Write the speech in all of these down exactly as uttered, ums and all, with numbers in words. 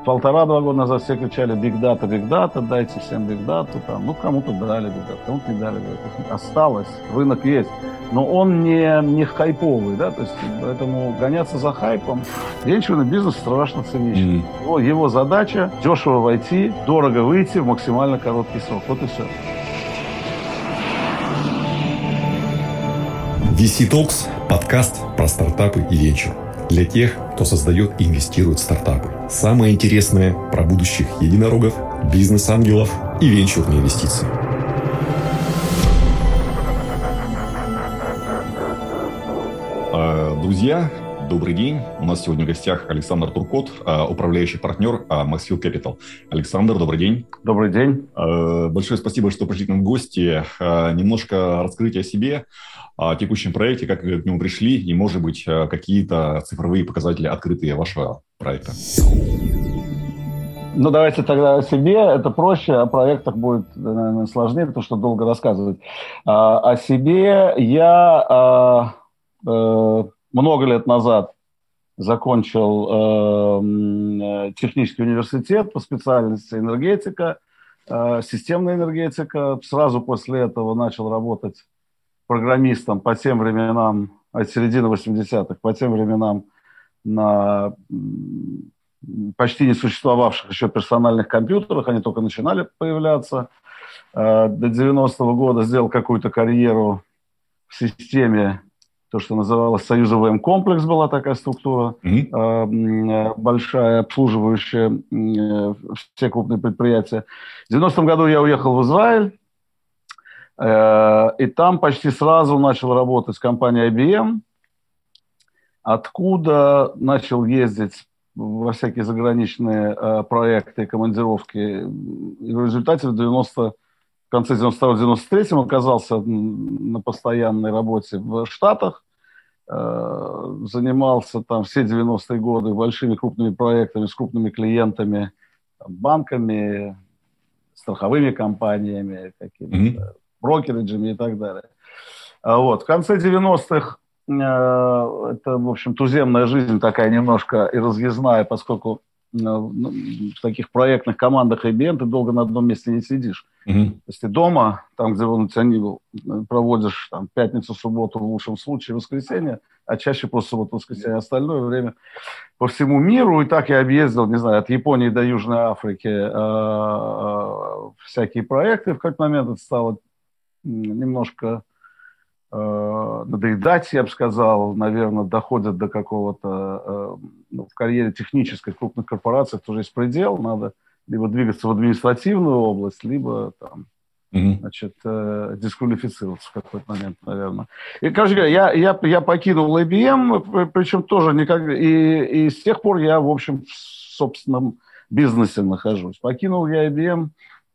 Полтора-два года назад все кричали «Big Data, Big Data, дайте всем Big Data». Там, ну, кому-то дали Big Data, кому-то не дали Big Data. Осталось, рынок есть. Но он не, не хайповый, да, то есть поэтому гоняться за хайпом. Венчурный бизнес страшно циничный. Mm. Его, его задача – дешево войти, дорого выйти в максимально короткий срок. Вот и все. ви си Talks – подкаст про стартапы и венчур. Для тех, кто создает и инвестирует в стартапы. Самое интересное про будущих единорогов, бизнес-ангелов и венчурные инвестиции. Друзья, добрый день. У нас сегодня в гостях Александр Туркот, управляющий партнер Maxfield Capital. Александр, добрый день. Добрый день. Большое спасибо, что пришли к нам в гости. Немножко раскрыть о себе, о текущем проекте, как вы к нему пришли, и, может быть, какие-то цифровые показатели открытые вашего проекта. Ну, давайте тогда о себе. Это проще, о проектах будет, наверное, сложнее, потому что долго рассказывать. А, о себе я а, а, много лет назад закончил а, технический университет по специальности энергетика, а, системная энергетика. Сразу после этого начал работать программистом по тем временам, от середины восьмидесятых, по тем временам на почти не существовавших еще персональных компьютерах, они только начинали появляться. До девяностого года сделал какую-то карьеру в системе, то, что называлось Союзовый-М-комплекс, была такая структура, mm-hmm. большая, обслуживающая все крупные предприятия. В девяностом году я уехал в Израиль, и там почти сразу начал работать в компании ай би эм, откуда начал ездить во всякие заграничные э, проекты, командировки. И в результате в, девяностом, в конце девяносто второго девяносто третьем оказался на постоянной работе в Штатах, э, занимался там все девяностые годы большими крупными проектами с крупными клиентами, там, банками, страховыми компаниями, какими-то mm-hmm. брокериджами и так далее. А вот. В конце девяностых э, это, в общем, туземная жизнь такая немножко и разъездная, поскольку э, ну, в таких проектных командах ай би эм ты долго на одном месте не сидишь. Mm-hmm. То есть ты дома, там, где он у тебя не был, проводишь там, пятницу, субботу, в лучшем случае, воскресенье, а чаще просто субботу, воскресенье, остальное время по всему миру. И так я объездил, не знаю, от Японии до Южной Африки э, э, всякие проекты. В какой-то момент это стало немножко э, надоедать, я бы сказал, наверное, доходят до какого-то, э, ну, в карьере технической крупных корпораций тоже есть предел, надо либо двигаться в административную область, либо там, mm-hmm. значит, э, дисквалифицироваться в какой-то момент, наверное. И, короче говоря, я, я, я покинул ай би эм, причем тоже никогда, и, и с тех пор я, в общем, в собственном бизнесе нахожусь. Покинул я ай би эм.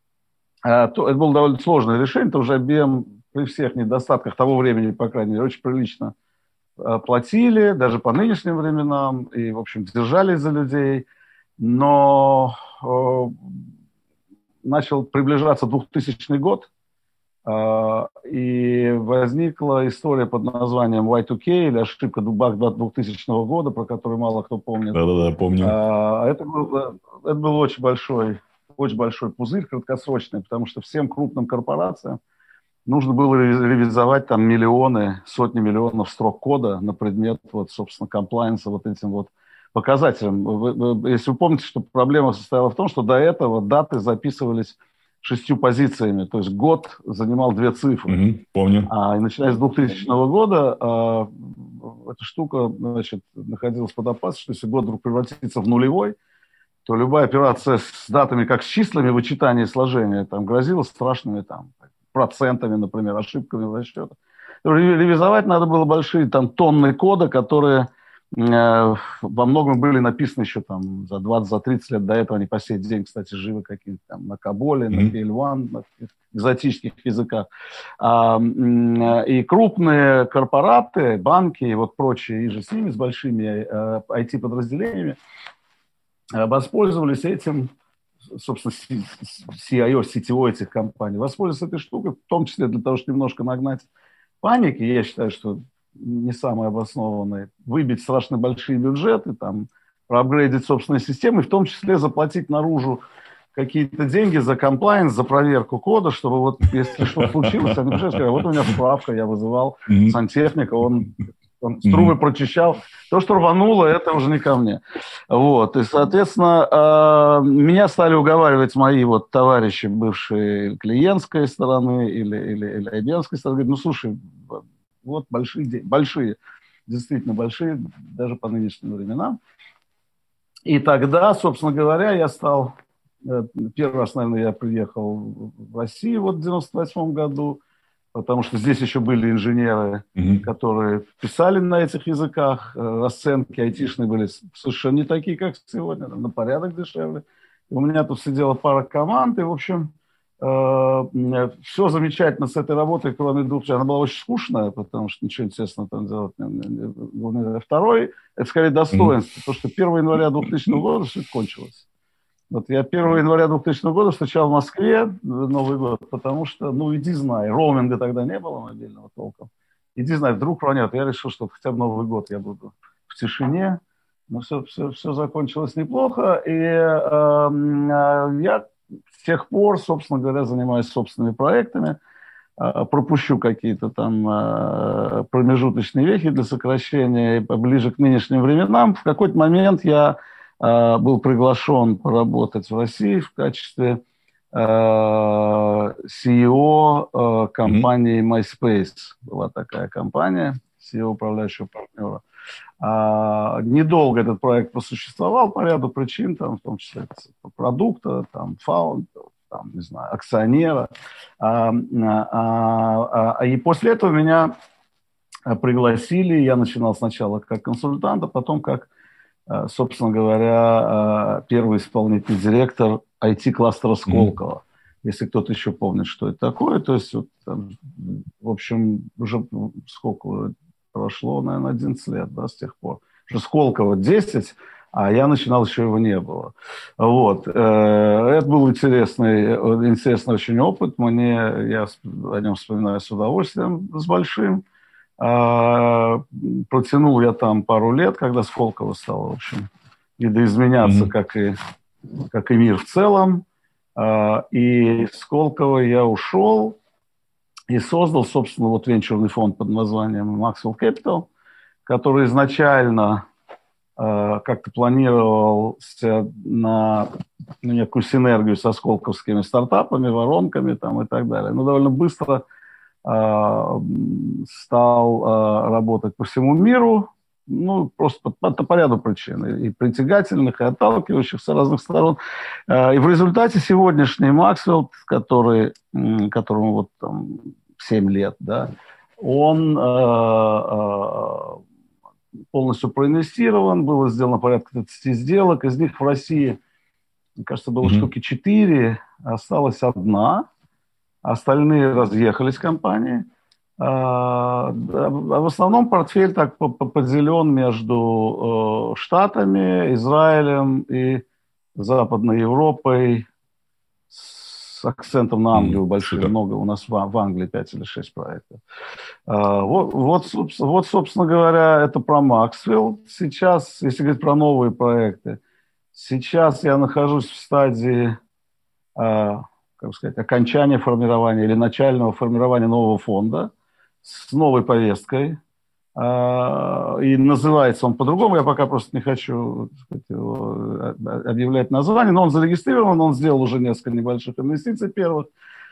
Это было довольно сложное решение, потому что ай би эм при всех недостатках того времени, по крайней мере, очень прилично платили, даже по нынешним временам, и, в общем, держались за людей. Но э, начал приближаться двухтысячный год, э, и возникла история под названием уай ту кей, или ошибка двухтысячного года, про которую мало кто помнит. Да-да-да, помню. Э, это, был, это был очень большой... очень большой пузырь краткосрочный, потому что всем крупным корпорациям нужно было ревизовать там миллионы, сотни миллионов строк кода на предмет, вот, собственно, комплайенса вот этим вот показателям. Вы, вы, если вы помните, что проблема состояла в том, что до этого даты записывались шестью позициями, то есть год занимал две цифры. Mm-hmm, помню. А, и начиная с двухтысячного года а, эта штука, значит, находилась под опасностью, что если год вдруг превратится в нулевой, то любая операция с датами, как с числами вычитания и сложения, там, грозила страшными там, процентами, например, ошибками в расчетах. Ревизовать надо было большие там, тонны кода, которые э, во многом были написаны еще там, за двадцать-тридцать лет до этого. Они по сей день, кстати, живы какие-то там на Каболе, mm-hmm. на пи эл один, на экзотических языках. А, и крупные корпораты, банки и вот прочие, и же с ними, с большими э, ай ти-подразделениями, воспользовались этим, собственно, си ай о, си ти о этих компаний, воспользовались этой штукой, в том числе для того, чтобы немножко нагнать паники. Я считаю, что не самые обоснованные. Выбить страшно большие бюджеты, там, проапгрейдить собственные системы, в том числе заплатить наружу какие-то деньги за комплайнс, за проверку кода, чтобы вот если что-то случилось, они пришли и сказали, вот у меня справка, я вызывал mm-hmm. сантехника, он, он трубы mm-hmm. прочищал. То, что рвануло, это уже не ко мне. Вот. И, соответственно, меня стали уговаривать мои вот товарищи, бывшие клиентской стороны или, или, или ай би эм-ской стороны, говорят, ну, слушай, вот большие деньги, большие, действительно большие, даже по нынешним временам. И тогда, собственно говоря, я стал... Первый раз, наверное, я приехал в Россию вот в девяносто восьмом году, потому что здесь еще были инженеры, mm-hmm. которые писали на этих языках. Расценки айтишные были совершенно не такие, как сегодня, на порядок дешевле. И у меня тут сидела пара команд, и, в общем, э, все замечательно с этой работой, кроме двух. Она была очень скучная, потому что ничего интересного там делать не было. Второй, это скорее достоинство, mm-hmm. потому что первого января двухтысячного года все кончилось. Вот я первого января двухтысячного года встречал в Москве Новый год, потому что, ну, иди знай, роуминга тогда не было мобильного толком. Иди знай, вдруг ронят. Я решил, что хотя бы Новый год я буду в тишине. Но все, все, все закончилось неплохо. И э, я с тех пор, собственно говоря, занимаюсь собственными проектами. Э, пропущу какие-то там э, промежуточные вехи для сокращения. И ближе к нынешним временам в какой-то момент я... был приглашен поработать в России в качестве э, си и о э, компании MySpace. Была такая компания, си и о управляющего партнера. А, недолго этот проект просуществовал по ряду причин, там, в том числе продукта, там, фаунд, там, не знаю, акционера. А, а, а, и после этого меня пригласили, я начинал сначала как консультант, а потом как, собственно говоря, первый исполнительный директор ай ти-кластера Сколково. Mm-hmm. Если кто-то еще помнит, что это такое. То есть, вот, там, в общем, уже сколько прошло, наверное, одиннадцать лет, да, с тех пор. Уже Сколково десять, а я начинал, еще его не было. Вот. Это был интересный, интересный очень опыт. Мне, я о нем вспоминаю с удовольствием, с большим. А, протянул я там пару лет, когда Сколково стало, в общем, видоизменяться, mm-hmm. как, и, как и мир в целом. А, и с Сколково я ушел и создал, собственно, вот венчурный фонд под названием Maxwell Capital, который изначально а, как-то планировался на ну, некую синергию со сколковскими стартапами, воронками там, и так далее. Но довольно быстро стал э, работать по всему миру, ну, просто по, по, по ряду причин, и притягательных, и отталкивающих с разных сторон. Э, и в результате сегодняшний Maxwell, который, которому вот там семь лет, да, он э, э, полностью проинвестирован, было сделано порядка тридцать сделок, из них в России, мне кажется, было mm-hmm. штуки четыре, осталась одна. Остальные разъехались компании. А в основном портфель так поделен между Штатами, Израилем и Западной Европой с акцентом на Англию большим. Mm, много. У нас в Англии пять или шесть проектов. Вот, вот, вот, собственно говоря, это про Maxwell. Сейчас, если говорить про новые проекты, сейчас я нахожусь в стадии... как сказать, окончания формирования или начального формирования нового фонда с новой повесткой. И называется он по-другому, я пока просто не хочу, так сказать, его объявлять название, но он зарегистрирован, он сделал уже несколько небольших инвестиций первых.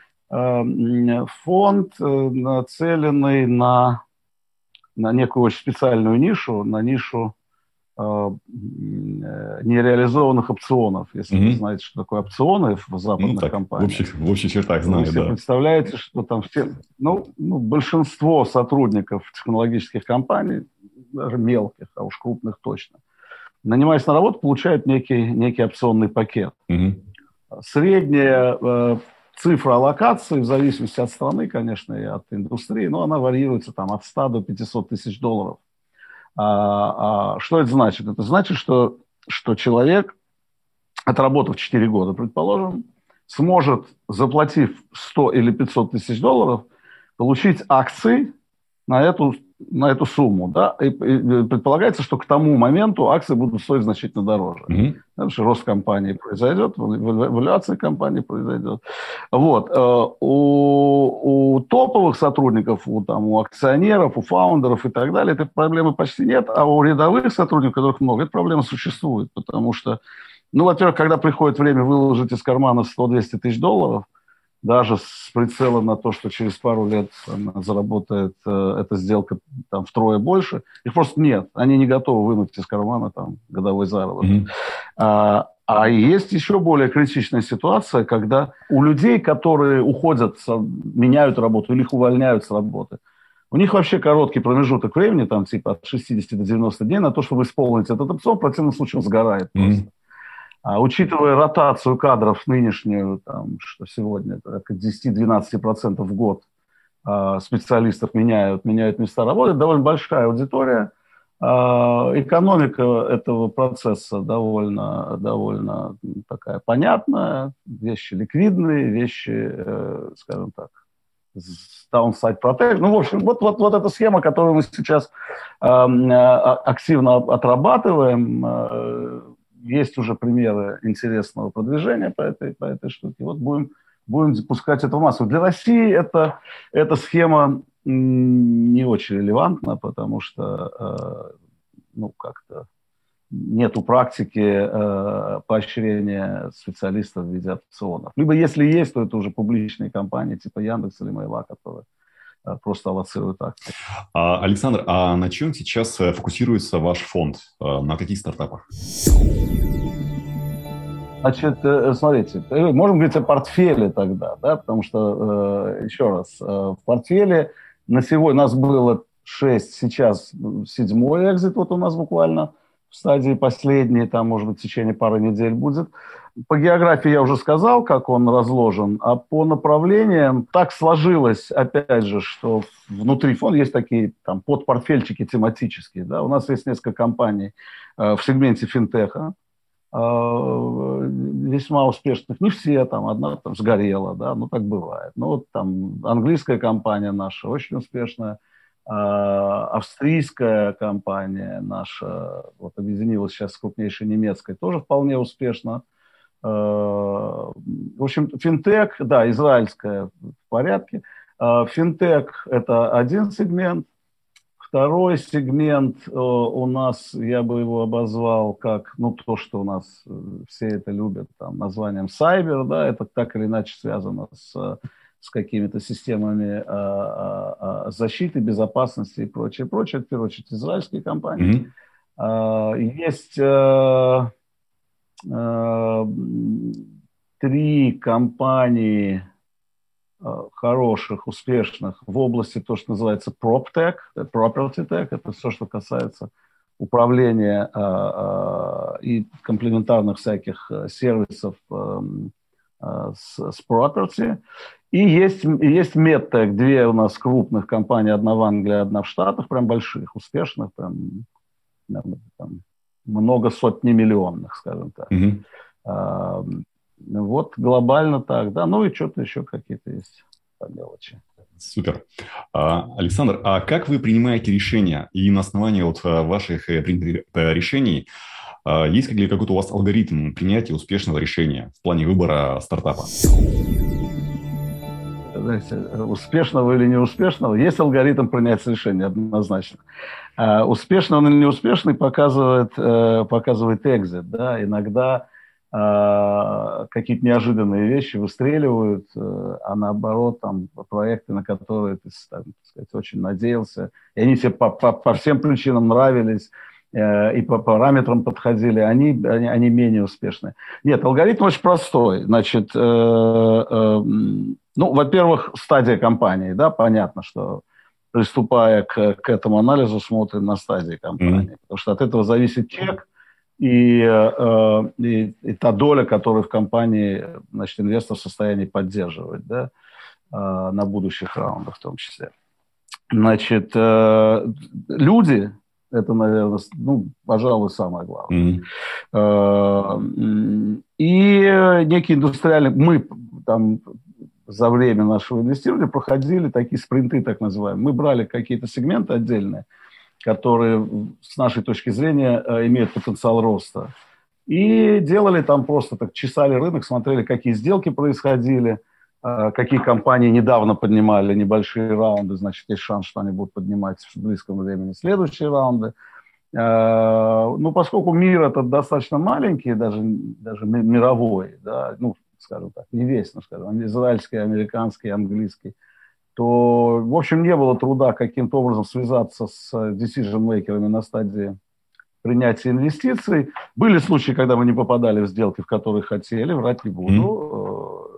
Фонд, нацеленный на, на некую очень специальную нишу, на нишу нереализованных опционов. Если mm-hmm. вы знаете, что такое опционы в западных ну, так, компаниях. В общих, в общих чертах знаю, вы себе да. представляете, что там все, ну, ну, большинство сотрудников технологических компаний, даже мелких, а уж крупных точно, нанимаясь на работу, получают некий, некий опционный пакет. Mm-hmm. Средняя э, цифра аллокации, в зависимости от страны, конечно, и от индустрии, но она варьируется там, от ста до пятисот тысяч долларов. А, а, что это значит? Это значит, что, что человек, отработав четыре года, предположим, сможет, заплатив сто или пятьсот тысяч долларов, получить акции на эту на эту сумму, да, и, и предполагается, что к тому моменту акции будут стоить значительно дороже. Mm-hmm. Потому что рост компании произойдет, эволюция компании произойдет. Вот. У, у топовых сотрудников, у, там, у акционеров, у фаундеров и так далее этой проблемы почти нет, а у рядовых сотрудников, которых много, эта проблема существует, потому что, ну, во-первых, когда приходит время выложить из кармана сто-двести тысяч долларов, даже с прицелом на то, что через пару лет она заработает э, эта сделка там, втрое больше, их просто нет. Они не готовы вынуть из кармана там, годовой заработок. Mm-hmm. А, а есть еще более критичная ситуация, когда у людей, которые уходят, меняют работу или их увольняют с работы, у них вообще короткий промежуток времени, там типа от шестидесяти до девяноста дней, на то, чтобы исполнить этот опцион, в противном случае он сгорает просто. Mm-hmm. А учитывая ротацию кадров нынешнюю, там, что сегодня десять-двенадцать процентов в год а, специалистов меняют, меняют места работы, довольно большая аудитория. А, экономика этого процесса довольно, довольно такая понятная, вещи ликвидные, вещи, э, скажем так, downside protection. Ну, в общем, вот, вот, вот эта схема, которую мы сейчас э, активно отрабатываем. Э, Есть уже примеры интересного продвижения по этой, по этой штуке. Вот будем, будем запускать это в массу. Для России это, эта схема не очень релевантна, потому что э, ну, как-то нету практики э, поощрения специалистов в виде опционов. Либо если есть, то это уже публичные компании типа Яндекс или Мейла, которые э, просто аллоцируют акции. А, Александр, а на чем сейчас фокусируется ваш фонд? На каких стартапах? Значит, смотрите, можем говорить о портфеле тогда, да, потому что, еще раз, в портфеле на сегодня у нас было шесть, сейчас седьмой экзит, вот у нас буквально в стадии последней, там, может быть, в течение пары недель будет. По географии я уже сказал, как он разложен, а по направлениям так сложилось, опять же, что внутри фонда есть такие там подпортфельчики тематические, да, у нас есть несколько компаний э, в сегменте финтеха, весьма успешных. Не все, там, одна там сгорела, да, ну, так бывает. Ну, вот там английская компания наша очень успешная, австрийская компания наша, вот, объединилась сейчас с крупнейшей немецкой, тоже вполне успешно. В общем, финтех, да, израильская в порядке. Финтех – это один сегмент. Второй сегмент э, у нас, я бы его обозвал как, ну, то, что у нас все это любят, там, названием сайбер, да, это так или иначе связано с, с какими-то системами э, э, защиты, безопасности и прочее, прочее. Это, в первую очередь, израильские компании. Mm-hmm. Э, есть э, э, три компании хороших, успешных в области то, что называется PropTech, Property Tech, это все, что касается управления э, э, и комплементарных всяких сервисов э, э, с, с property. И есть, есть MedTech, две у нас крупных компании, одна в Англии, одна в Штатах, прям больших, успешных, прям, там, много сотни миллионных, скажем так. Mm-hmm. э, Вот глобально так, да, ну и что-то еще какие-то есть по мелочи. Супер. Александр, а как вы принимаете решения? И на основании вот ваших принятых решений есть ли какой-то у вас алгоритм принятия успешного решения в плане выбора стартапа? Знаете, успешного или неуспешного, есть алгоритм принятия решения однозначно. Успешный он или неуспешный показывает, показывает экзит, да, иногда какие-то неожиданные вещи выстреливают, а наоборот, там, проекты, на которые ты, так сказать, очень надеялся, и они тебе по, по, по всем причинам нравились, и по параметрам подходили, они, они, они менее успешные. Нет, алгоритм очень простой. Значит, э, э, ну, во-первых, стадия компании, да, понятно, что приступая к, к этому анализу, смотрим на стадии компании, mm-hmm. потому что от этого зависит чек, И, и, и та доля, которую в компании, значит, инвестор в состоянии поддерживать, да, на будущих раундах в том числе. Значит, люди, это, наверное, ну, пожалуй, самое главное. Mm-hmm. И некий индустриальный, мы там за время нашего инвестирования проходили такие спринты, так называемые. Мы брали какие-то сегменты отдельные, которые с нашей точки зрения имеют потенциал роста. И делали там просто так, чесали рынок, смотрели, какие сделки происходили, какие компании недавно поднимали небольшие раунды, значит, есть шанс, что они будут поднимать в близком времени следующие раунды. Ну, поскольку мир этот достаточно маленький, даже, даже мировой, да, ну, скажем так, не весь, ну, скажем, израильский, американский, английский, то, в общем, не было труда каким-то образом связаться с decision-makерами на стадии принятия инвестиций. Были случаи, когда мы не попадали в сделки, в которые хотели, врать не буду. Mm-hmm.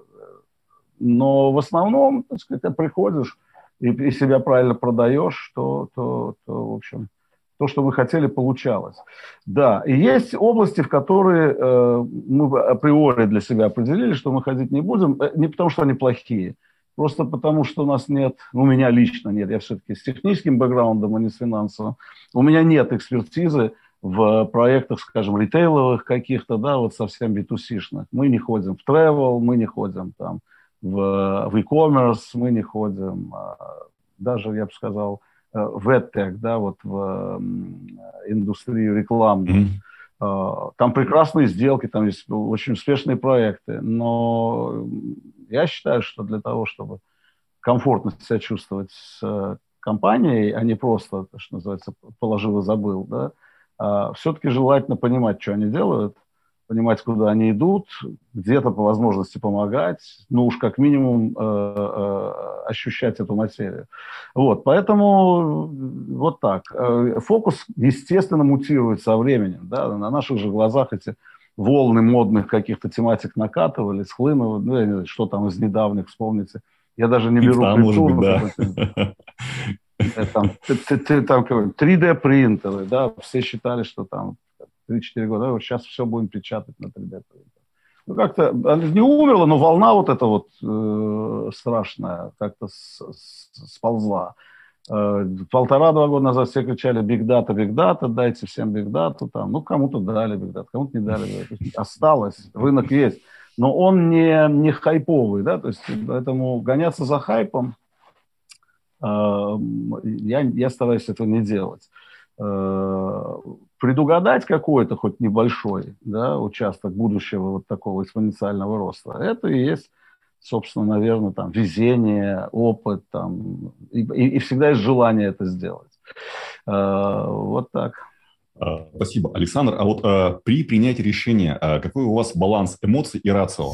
Но в основном, так сказать, ты приходишь и, и себя правильно продаешь, то, то, то, в общем, то, что мы хотели, получалось. Да, и есть области, в которые э, мы априори для себя определили, что мы ходить не будем, не потому что они плохие, просто потому что у нас нет, у меня лично нет, я все-таки с техническим бэкграундом, а не с финансовым, у меня нет экспертизы в проектах, скажем, ритейловых каких-то, да, вот совсем би ту си-шных. Мы не ходим в travel, мы не ходим там в, в e-commerce, мы не ходим, даже, я бы сказал, в EdTech, да, вот в индустрию рекламную. Mm-hmm. Там прекрасные сделки, там есть очень успешные проекты, но я считаю, что для того, чтобы комфортно себя чувствовать с компанией, а не просто, что называется, положил и забыл, да, все-таки желательно понимать, что они делают, понимать, куда они идут, где-то по возможности помогать, ну уж как минимум э, э, ощущать эту материю. Вот, поэтому вот так. Фокус, естественно, мутирует со временем. Да? На наших же глазах эти волны модных каких-то тематик накатывали, схлынывали. Ну, я не знаю, что там из недавних, вспомните. Я даже не беру крипту. Да. Там, там три дэ принтеры, да, все считали, что там три-четыре года, вот сейчас все будем печатать на три дэ принтере. Ну, как-то не умерла, но волна вот эта вот э, страшная как-то с, с, сползла. Э, полтора-два года назад все кричали big data, big data, дайте всем big data, там, ну, кому-то дали big data, кому-то не дали. Осталось, рынок есть, но он не, не хайповый, да, то есть поэтому гоняться за хайпом э, я, я стараюсь этого не делать. Предугадать какой-то, хоть небольшой, да, участок будущего вот такого экспоненциального роста, это и есть, собственно, наверное, там, везение, опыт, там, и, и, и всегда есть желание это сделать. Вот так. Спасибо, Александр. А вот а, при принятии решения, а, какой у вас баланс эмоций и рацио?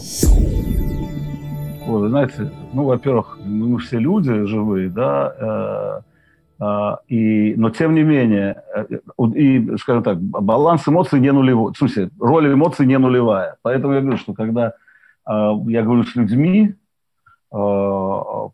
Вот, вы знаете, ну, во-первых, мы все люди живые, да, Uh, и, но тем не менее, и, скажем так, баланс эмоций не нулевой, в смысле, роль эмоций не нулевая. Поэтому я говорю, что когда uh, я говорю с людьми, uh,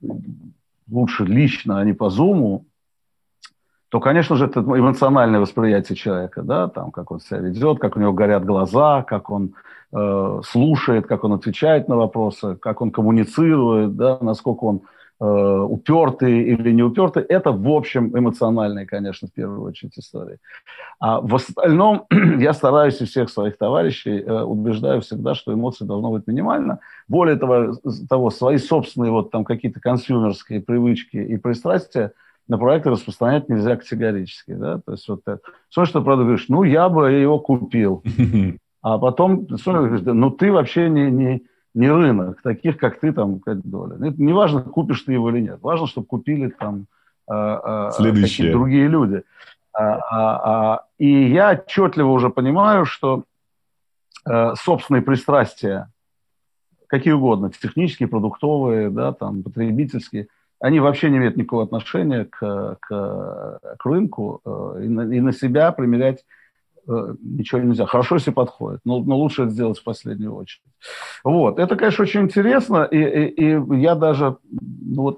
лучше лично, а не по зуму, то, конечно же, это эмоциональное восприятие человека, да, там, как он себя ведет, как у него горят глаза, как он uh, слушает, как он отвечает на вопросы, как он коммуницирует, да, насколько он упертый или не упертый, это, в общем, эмоциональные, конечно, в первую очередь истории. А в остальном я стараюсь и всех своих товарищей э, убеждаю всегда, что эмоций должно быть минимально. Более того, того свои собственные вот там какие-то консюмерские привычки и пристрастия на проекты распространять нельзя категорически. Да? То есть вот это. Смотришь, что правда говоришь, ну, я бы его купил. А потом, смотришь, ну, ты вообще не... не не рынок, таких, как ты, там, доля. Не важно, купишь ты его или нет. Важно, чтобы купили там э, э, какие-то другие люди. А, а, а, и я отчетливо уже понимаю, что э, собственные пристрастия, какие угодно, технические, продуктовые, да, там, потребительские, они вообще не имеют никакого отношения к, к, к рынку. Э, и, на, и на себя примерять ничего нельзя. Хорошо, если подходит, но, но лучше это сделать в последнюю очередь. Вот. Это, конечно, очень интересно, и, и, и я даже ну, вот,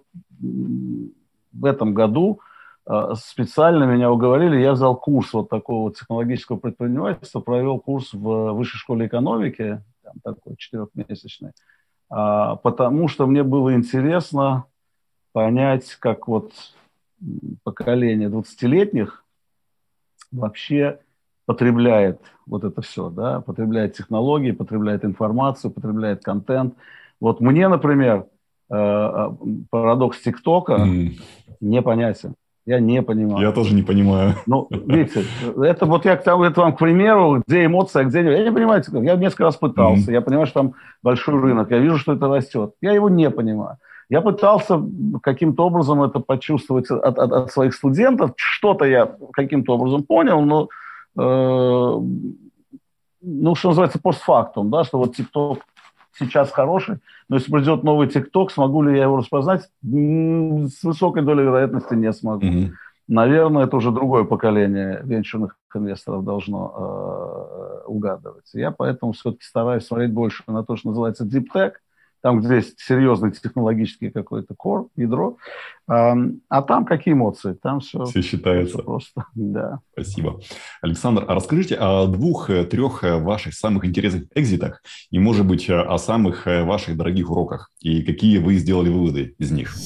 в этом году э, специально меня уговорили, я взял курс вот такого вот технологического предпринимательства, провел курс в Высшей школе экономики, там, такой четырехмесячный, э, потому что мне было интересно понять, как вот поколение двадцатилетних вообще потребляет вот это все, да, потребляет технологии, потребляет информацию, потребляет контент. Вот мне, например, э, парадокс ТикТока mm. непонятен. Я не понимаю. Я тоже не понимаю. Ну, видите, это вот я к тому, это вам, к примеру, где эмоция, где нет. Я не понимаю, я несколько раз пытался, mm-hmm. я понимаю, что там большой рынок, я вижу, что это растет. Я его не понимаю. Я пытался каким-то образом это почувствовать от, от, от своих студентов. Что-то я каким-то образом понял, но, э, ну, что называется, постфактум, да, что вот TikTok сейчас хороший, но если придет новый TikTok, смогу ли я его распознать? С высокой долей вероятности не смогу. Mm-hmm. Наверное, это уже другое поколение венчурных инвесторов должно э, угадывать. Я поэтому все-таки стараюсь смотреть больше на то, что называется deep tech, там, где есть серьезный технологический какой-то core, ядро. А, а там какие эмоции? Там все, все считается. Все просто. Да. Спасибо. Александр, а расскажите о двух-трех ваших самых интересных экзитах и, может быть, о самых ваших дорогих уроках. И какие вы сделали выводы из них?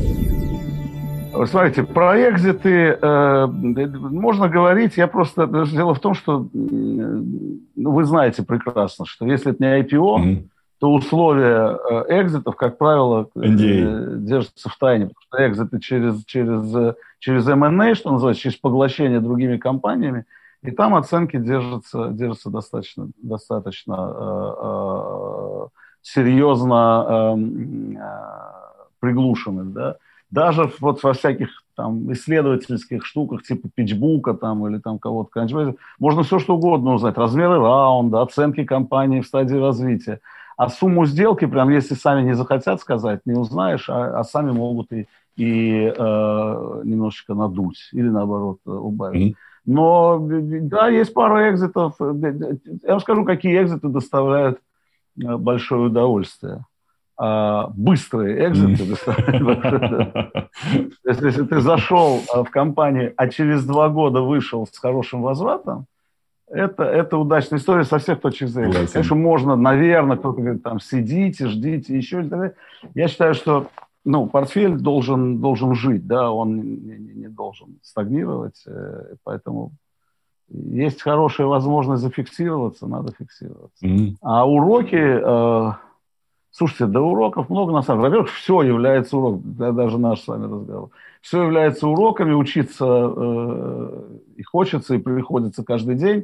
Смотрите, про экзиты э, можно говорить. Я просто... Дело в том, что ну, вы знаете прекрасно, что если это не ай пи о, mm-hmm. то условия экзитов, как правило, эн ди эй держатся в тайне. Потому что экзиты через, через, через эм энд эй, что называется, через поглощение другими компаниями, и там оценки держатся, держатся достаточно, достаточно э, э, серьезно э, э, приглушены. Да? Даже вот во всяких там исследовательских штуках типа питчбука там, или там кого-то, можно все что угодно узнать. Размеры раунда, оценки компании в стадии развития. А сумму сделки, прям если сами не захотят сказать, не узнаешь, а, а сами могут и, и э, немножечко надуть или, наоборот, убавить. Mm-hmm. Но, да, есть пара экзитов. Я вам скажу, какие экзиты доставляют большое удовольствие. А, быстрые экзиты mm-hmm. доставляют большое удовольствие. Если ты зашел в компанию, а через два года вышел с хорошим возвратом, Это, это удачная история со всех точек зрения. Yes. Конечно, можно, наверное, кто-то говорит, там, сидите, ждите, еще. Я считаю, что ну, портфель должен, должен жить, да, он не, не должен стагнировать, поэтому есть хорошая возможность зафиксироваться, надо фиксироваться. Mm-hmm. А уроки, э, слушайте, до уроков много на самом деле. Во-первых, все является уроком, да, даже наш с вами разговор. Все является уроками, учиться э, и хочется, и приходится каждый день.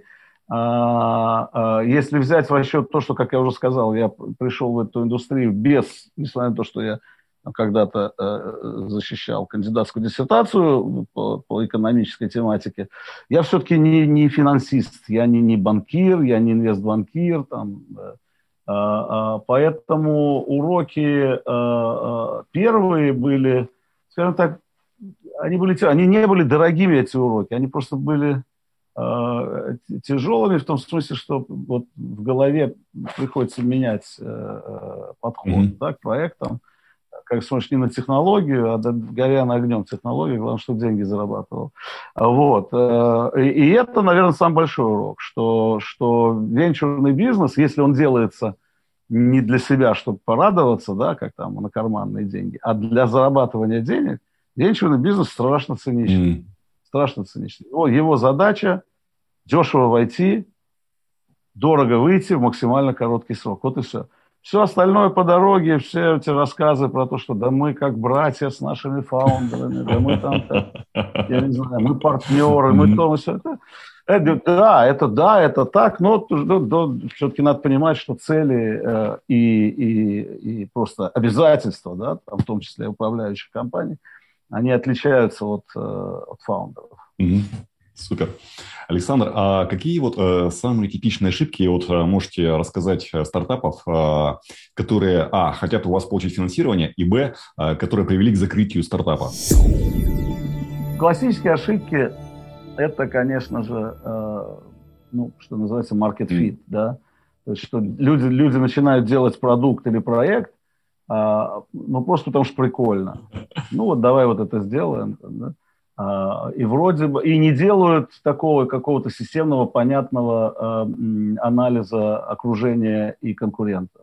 А, а, если взять в расчет то, что, как я уже сказал, я пришел в эту индустрию без, несмотря на то, что я когда-то э, защищал кандидатскую диссертацию по, по экономической тематике, я все-таки не, не финансист, я не, не банкир, я не инвестбанкир, там, э, э, поэтому уроки э, первые были, скажем так, они, были, они не были дорогими, эти уроки, они просто были э, тяжелыми в том смысле, что вот в голове приходится менять э, подход mm-hmm. да, к проектам. Как смотришь не на технологию, а горя на огнем технологии, главное, чтобы деньги зарабатывал. Вот. И, и это, наверное, самый большой урок, что, что венчурный бизнес, если он делается не для себя, чтобы порадоваться, да, как там на карманные деньги, а для зарабатывания денег, венчурный бизнес страшно циничный. Mm. Страшно циничный. Его, его задача дешево войти, дорого выйти в максимально короткий срок. Вот и все. Все остальное по дороге, все эти рассказы про то, что да мы как братья с нашими фаундерами, да мы там, я не знаю, мы партнеры, мы то, мы все это. Это, да, это да, это так, но, но, но все-таки надо понимать, что цели э, и, и, и просто обязательства, да, там, в том числе управляющих компаний, они отличаются от, э, от фаундеров. Mm-hmm. Супер. Александр, а какие вот э, самые типичные ошибки вот, э, можете рассказать э, стартапов, э, которые, а, хотят у вас получить финансирование, и, б, э, которые привели к закрытию стартапа? Классические ошибки – это, конечно же, э, ну, что называется market fit, mm. да? То есть, что люди, люди начинают делать продукт или проект, э, ну, просто потому что прикольно. Ну, вот давай вот это сделаем, да? И вроде бы и не делают такого какого-то системного, понятного э, анализа окружения и конкурентов.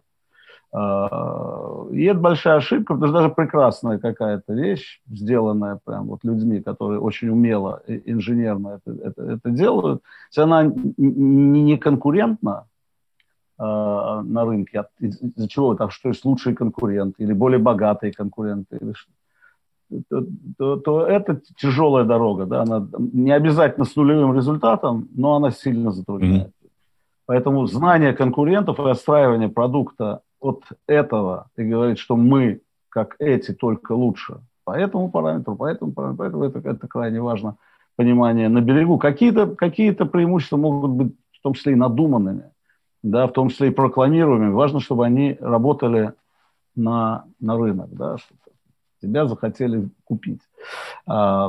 Э, и это большая ошибка, потому что даже прекрасная какая-то вещь, сделанная прям вот людьми, которые очень умело, инженерно это, это, это делают, если она не конкурентна, на рынке, из-за чего, там, что есть лучшие конкуренты или более богатые конкуренты, или что, то, то, то это тяжелая дорога, да, она не обязательно с нулевым результатом, но она сильно затрудняет. Mm-hmm. Поэтому знание конкурентов и отстраивание продукта от этого и говорить, что мы, как эти, только лучше по этому параметру, по этому параметру, поэтому это, это крайне важно, понимание на берегу. Какие-то, какие-то преимущества могут быть в том числе и надуманными, да, в том числе и прокламируемыми. Важно, чтобы они работали на, на рынок, да, чтобы тебя захотели купить. А,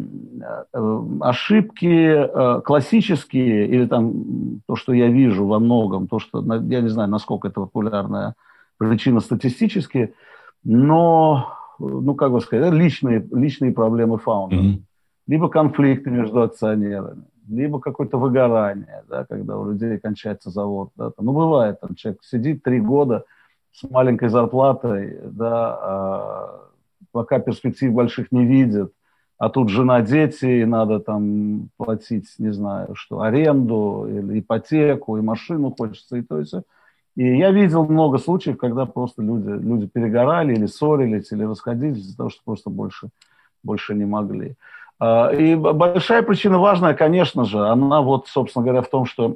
ошибки классические, или там то, что я вижу во многом, то, что, я не знаю, насколько это популярная причина статистически, но, ну, как бы сказать, личные, личные проблемы фаундера. Mm-hmm. Либо конфликты между акционерами, либо какое-то выгорание, да, когда у людей кончается завод. Да, там, ну, бывает, там человек сидит три года с маленькой зарплатой, да, а, пока перспектив больших не видит, а тут жена, дети, и надо там платить, не знаю, что, аренду, или ипотеку, и машину хочется, и то, и все. И я видел много случаев, когда просто люди, люди перегорали, или ссорились, или расходились из-за того, что просто больше, больше не могли. И большая причина важная, конечно же, она вот, собственно говоря, в том, что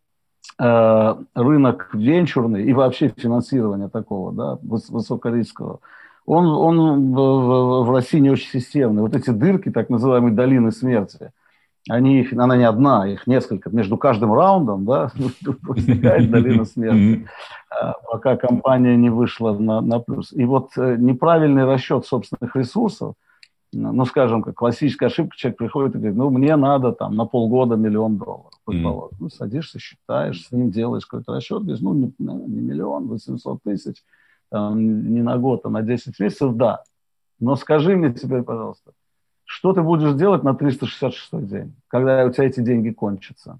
э, рынок венчурный и вообще финансирование такого, да, высокорискового, он, он в, в России не очень системный. Вот эти дырки, так называемые долины смерти, они, она не одна, их несколько. Между каждым раундом, да, возникает долина смерти, пока компания не вышла на, на плюс. И вот неправильный расчет собственных ресурсов, ну, скажем, как классическая ошибка, человек приходит и говорит, ну, мне надо там на полгода миллион долларов, предположим. Mm. Ну, садишься, считаешь, с ним делаешь какой-то расчет, говоришь, ну, не, не миллион, восемьсот тысяч, там, не на год, а на десять месяцев, да. Но скажи мне теперь, пожалуйста, что ты будешь делать на триста шестьдесят шестой день, когда у тебя эти деньги кончатся?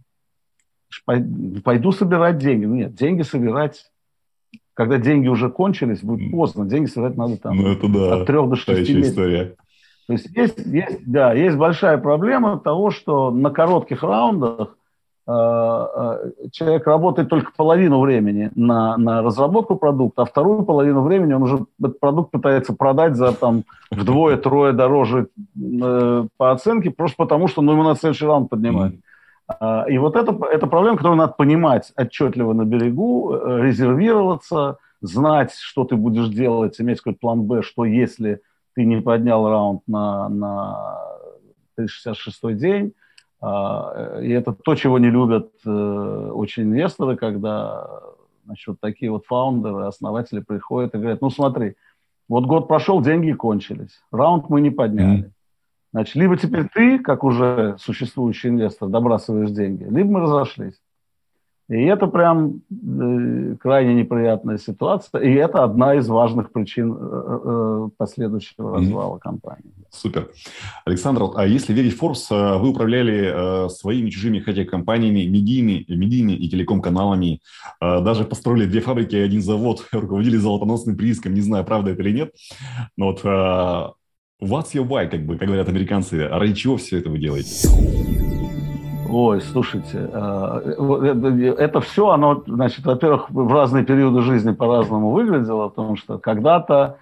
Пойду собирать деньги. Ну, нет, деньги собирать, когда деньги уже кончились, будет поздно. Деньги собирать надо там ну, это да, от трех до шести месяцев. История. То есть есть, есть, да, есть большая проблема того, что на коротких раундах э, э, человек работает только половину времени на, на разработку продукта, а вторую половину времени он уже этот продукт пытается продать за там, вдвое-трое дороже э, по оценке, просто потому что ну, ему надо следующий раунд поднимать. Mm-hmm. И вот это, это проблема, которую надо понимать отчетливо на берегу, резервироваться, знать, что ты будешь делать, иметь какой-то план Б, что если ты не поднял раунд на, на триста шестьдесят шестой день. А, и это то, чего не любят э, очень инвесторы, когда значит, вот такие вот фаундеры, основатели приходят и говорят, ну смотри, вот год прошел, деньги кончились, раунд мы не подняли. Mm-hmm. Значит, либо теперь ты, как уже существующий инвестор, добрасываешь деньги, либо мы разошлись. И это прям э, крайне неприятная ситуация, и это одна из важных причин э, э, последующего развала mm-hmm. компании. Супер. Александр, а если верить Forbes, вы управляли э, своими чужими хотя компаниями, медийными, медийными и телеком-каналами, э, даже построили две фабрики и один завод, руководили золотоносным прииском, не знаю, правда это или нет, но вот э, what's your why, как бы, как говорят американцы, ради чего все это вы делаете? Ой, слушайте, это все, оно, значит, во-первых, в разные периоды жизни по-разному выглядело, потому что когда-то,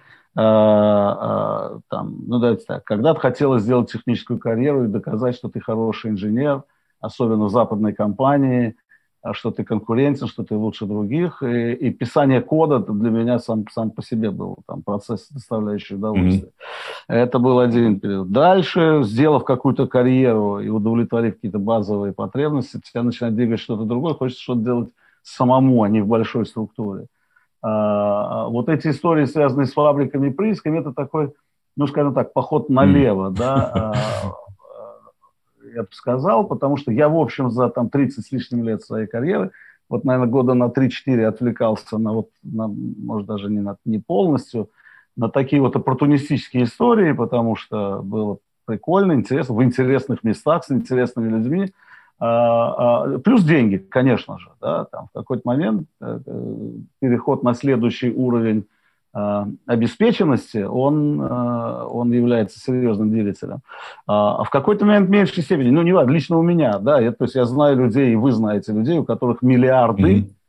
там, ну давайте так, когда-то хотелось сделать техническую карьеру и доказать, что ты хороший инженер, особенно в западной компании, что ты конкурентен, что ты лучше других. И, и писание кода для меня сам, сам по себе был там, процесс, доставляющий удовольствие. Mm-hmm. Это был один период. Дальше, сделав какую-то карьеру и удовлетворив какие-то базовые потребности, тебя начинает двигать что-то другое, хочется что-то делать самому, а не в большой структуре. А, вот эти истории, связанные с фабриками и приисками, это такой, ну, скажем так, поход налево, mm-hmm. да, я бы сказал, потому что я, в общем, за там, тридцать с лишним лет своей карьеры, вот, наверное, года на три-четыре отвлекался на, вот, на, может, даже не, на, не полностью, на такие вот оппортунистические истории, потому что было прикольно, интересно, в интересных местах, с интересными людьми. А, а, плюс деньги, конечно же. Да, там, в какой-то момент э, переход на следующий уровень обеспеченности, он, он является серьезным двигателем. А в какой-то момент в меньшей степени, ну, не важно, лично у меня, да, я, то есть я знаю людей, и вы знаете людей, у которых миллиарды,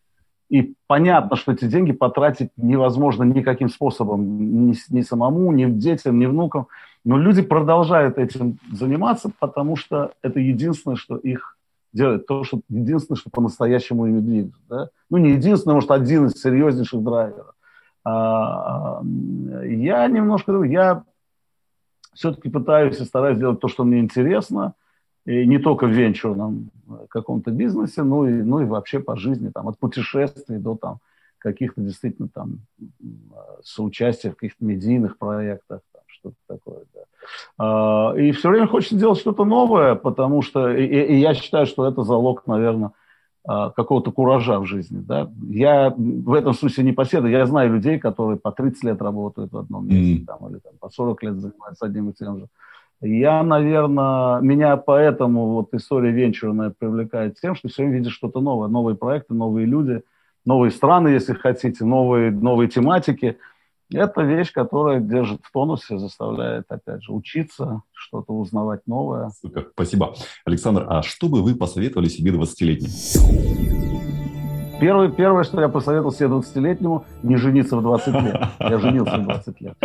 И понятно, что эти деньги потратить невозможно никаким способом, ни, ни самому, ни детям, ни внукам. Но люди продолжают этим заниматься, потому что это единственное, что их делает. То, что единственное, что по-настоящему ими движет. Да? Ну, не единственное, может, один из серьезнейших драйверов. А, я немножко... Я все-таки пытаюсь и стараюсь делать то, что мне интересно. И не только в венчурном каком-то бизнесе, но и, ну и вообще по жизни, там, от путешествий до там, каких-то действительно там соучастия в каких-то медийных проектах, там, что-то такое. Да. И все время хочется делать что-то новое, потому что и, и я считаю, что это залог, наверное, какого-то куража в жизни. Да. Я в этом смысле не поседаю. Я знаю людей, которые по тридцать лет работают в одном месте, mm. там, или там, по сорок лет занимаются одним и тем же. Я, наверное, меня поэтому вот история венчурная привлекает тем, что все время видишь что-то новое, новые проекты, новые люди, новые страны, если хотите, новые, новые тематики. Это вещь, которая держит в тонусе, заставляет, опять же, учиться, что-то узнавать новое. Супер, спасибо. Александр, а что бы вы посоветовали себе двадцатилетним? Первое, первое, что я посоветовал себе двадцатилетнему, не жениться в двадцать лет. Я женился в двадцать лет.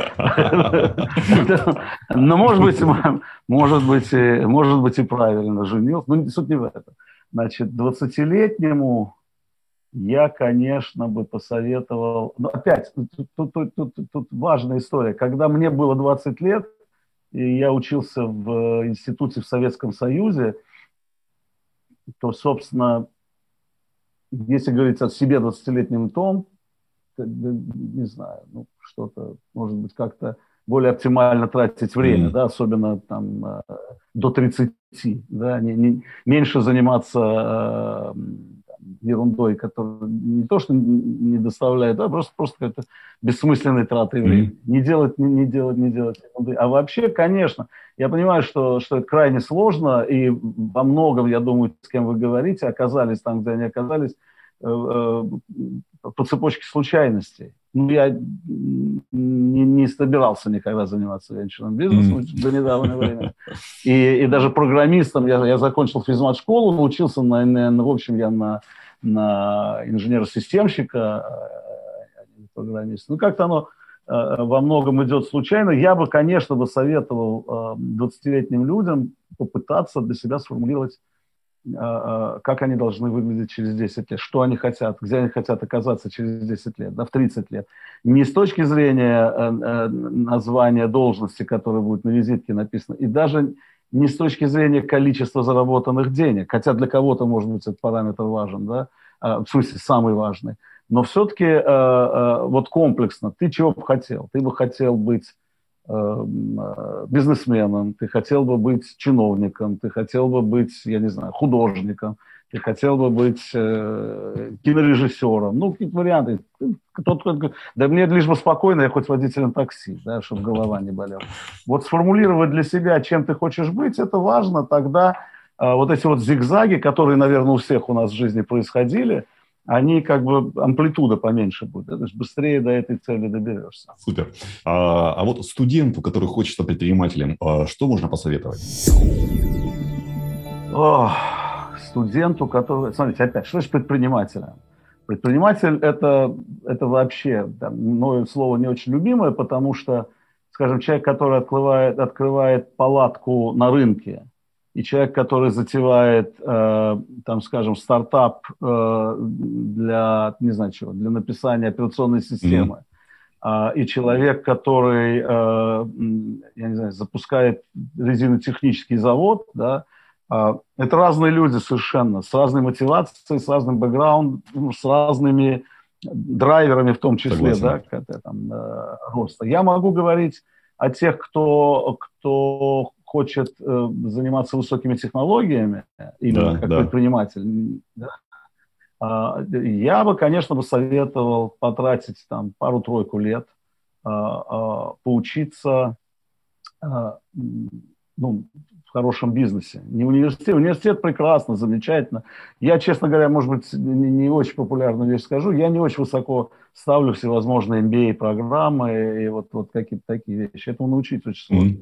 Но, может быть, может быть, может быть и правильно женился. Но суть не в этом. Значит, двадцатилетнему я, конечно, бы посоветовал... Но опять, тут, тут, тут, тут важная история. Когда мне было двадцать лет, и я учился в институте в Советском Союзе, то, собственно... Если говорить о себе двадцатилетнем том, не знаю, ну, что-то, может быть, как-то более оптимально тратить время, mm. да, особенно там до тридцати, да, не, не, меньше заниматься э, там, ерундой, которая не то, что не доставляет, да, просто, просто какой-то бессмысленной тратой времени. Mm. Не делать, не, не делать, не делать ерунды. А вообще, конечно, я понимаю, что, что это крайне сложно, и во многом, я думаю, с кем вы говорите, оказались там, где они оказались, э, э, по цепочке случайностей. Ну, я не, не собирался никогда заниматься венчурным бизнесом mm. до недавнего времени. И, и даже программистом я, я закончил физмат-школу, научился, на, на, в общем, я на, на инженера-системщика, а не программиста. Ну, как-то оно во многом идет случайно. Я бы, конечно, бы советовал двадцатилетним людям попытаться для себя сформулировать, как они должны выглядеть через десять лет, что они хотят, где они хотят оказаться через десять лет, да, в тридцать лет. Не с точки зрения названия должности, которая будет на визитке написана, и даже не с точки зрения количества заработанных денег, хотя для кого-то, может быть, этот параметр важен, да, в смысле, самый важный. Но все-таки э, э, вот комплексно, ты чего бы хотел? Ты бы хотел быть э, э, бизнесменом, ты хотел бы быть чиновником, ты хотел бы быть, я не знаю, художником, ты хотел бы быть э, кинорежиссером. Ну, какие-то варианты. Кто-то, да мне лишь бы спокойно, я хоть водителем такси, да, чтобы голова не болела. Вот сформулировать для себя, чем ты хочешь быть, это важно. Тогда э, вот эти вот зигзаги, которые, наверное, у всех у нас в жизни происходили, они как бы амплитуда поменьше будет, то есть быстрее до этой цели доберешься. Супер. А, а вот студенту, который хочет стать предпринимателем, что можно посоветовать? О, студенту, который... Смотрите, опять, что значит предпринимателя? Предприниматель это, – это вообще, там, мною слово не очень любимое, потому что, скажем, человек, который открывает, открывает палатку на рынке, и человек, который затевает, э, там, скажем, стартап э, для, не знаю чего, для написания операционной системы, mm-hmm. э, и человек, который, э, я не знаю, запускает резинотехнический завод, да, э, это разные люди совершенно, с разной мотивацией, с разным бэкграундом, с разными драйверами в том числе, да, там, э, роста. Я могу говорить о тех, кто, кто хочет э, заниматься высокими технологиями, именно да, как да. предприниматель. Да. А, я бы, конечно, бы советовал потратить там пару-тройку лет, а, а, поучиться а, ну, в хорошем бизнесе. Не университет. Университет прекрасно, замечательно. Я, честно говоря, может быть, не, не очень популярную вещь скажу. Я не очень высоко ставлю всевозможные эм би эй-программы и вот, вот какие-то такие вещи. Этому научиться очень сложно. Mm-hmm.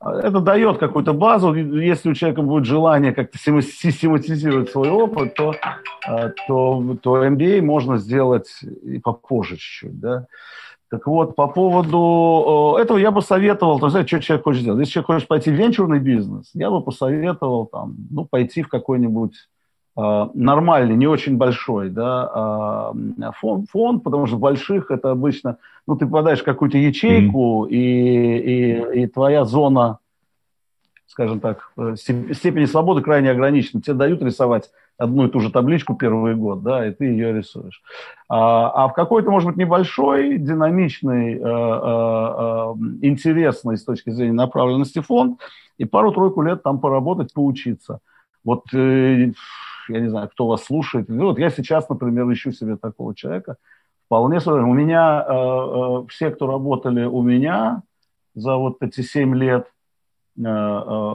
Это дает какую-то базу. Если у человека будет желание как-то систематизировать свой опыт, то, то, то эм би эй можно сделать и попозже чуть-чуть, да. Так вот, по поводу этого я бы советовал, то есть, что человек хочет сделать. Если человек хочет пойти в венчурный бизнес, я бы посоветовал там, ну, пойти в какой-нибудь э, нормальный, не очень большой, да, э, фонд, фонд, потому что в больших это обычно, ну, ты попадаешь в какую-то ячейку, mm-hmm. и, и, и твоя зона, скажем так, степени свободы крайне ограничена. Тебе дают рисовать одну и ту же табличку первый год, да, и ты ее рисуешь. А, а в какой-то, может быть, небольшой, динамичный, э, э, э, интересный с точки зрения направленности фонд, и пару-тройку лет там поработать, поучиться. Вот, э, я не знаю, кто вас слушает. Ну, вот я сейчас, например, ищу себе такого человека. Вполне сложно. У меня, э, э, все, кто работали у меня за вот эти семь лет, э, э,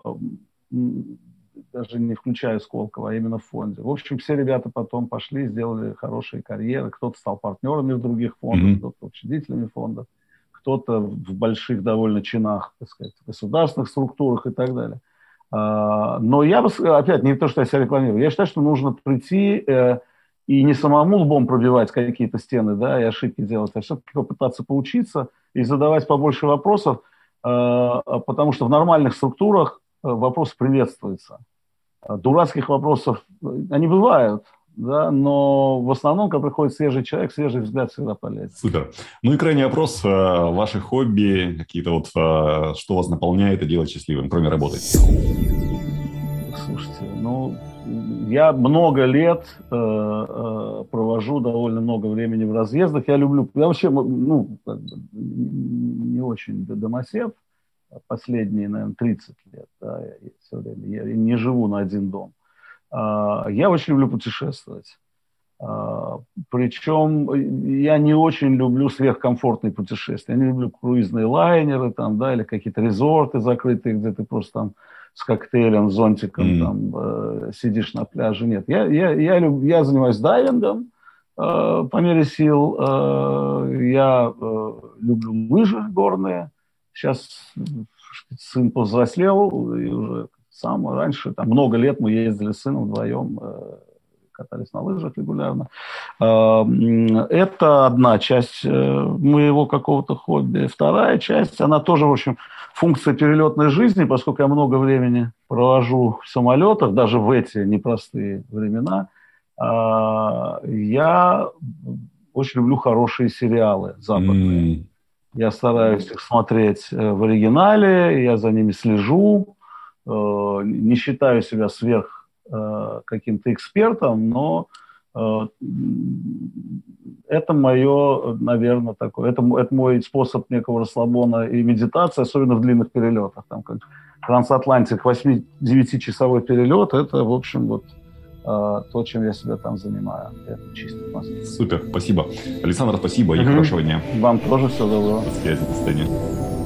даже не включая Сколково, а именно в фонде. В общем, все ребята потом пошли, сделали хорошие карьеры. Кто-то стал партнерами в других фондах, mm-hmm. кто-то учредителями фондов, кто-то в больших довольно чинах, так сказать, государственных структурах и так далее. Но я бы, опять, не то, что я себя рекламирую, я считаю, что нужно прийти и не самому лбом пробивать какие-то стены, да, и ошибки делать, а все-таки попытаться поучиться и задавать побольше вопросов, потому что в нормальных структурах вопросы приветствуются. Дурацких вопросов, они бывают, да, но в основном, когда приходит свежий человек, свежий взгляд всегда полезен. Супер. Ну и крайний вопрос. Ваши хобби, какие-то вот, что вас наполняет и делает счастливым, кроме работы? Слушайте, ну, я много лет э, э, провожу довольно много времени в разъездах. Я люблю, я вообще, ну, не очень домосед. Последние, наверное, тридцать лет, да, я все время, я не живу на один дом. Я очень люблю путешествовать. Причем я не очень люблю сверхкомфортные путешествия. Я не люблю круизные лайнеры там, да, или какие-то резорты закрытые, где ты просто там с коктейлем, зонтиком mm. там, сидишь на пляже. Нет, я, я, я, люб, я занимаюсь дайвингом по мере сил. Я люблю лыжи горные. Сейчас сын повзрослел, и уже сам раньше, там, много лет мы ездили с сыном вдвоем, э, катались на лыжах регулярно. Э, это одна часть э, моего какого-то хобби. Вторая часть, она тоже, в общем, функция перелетной жизни, поскольку я много времени провожу в самолетах, даже в эти непростые времена. Э, я очень люблю хорошие сериалы западные. Mm. Я стараюсь их смотреть в оригинале, я за ними слежу, не считаю себя сверх каким-то экспертом, но это мое, наверное, такое, это, это мой способ некого расслабона и медитации, особенно в длинных перелетах. Там как трансатлантик, восьми-девятичасовой перелет, это, в общем, вот то, чем я себя там занимаю. Это чисто классно. Супер, спасибо. Александр, спасибо и mm-hmm. хорошего дня. Вам тоже всего доброго. До связи, до свидания.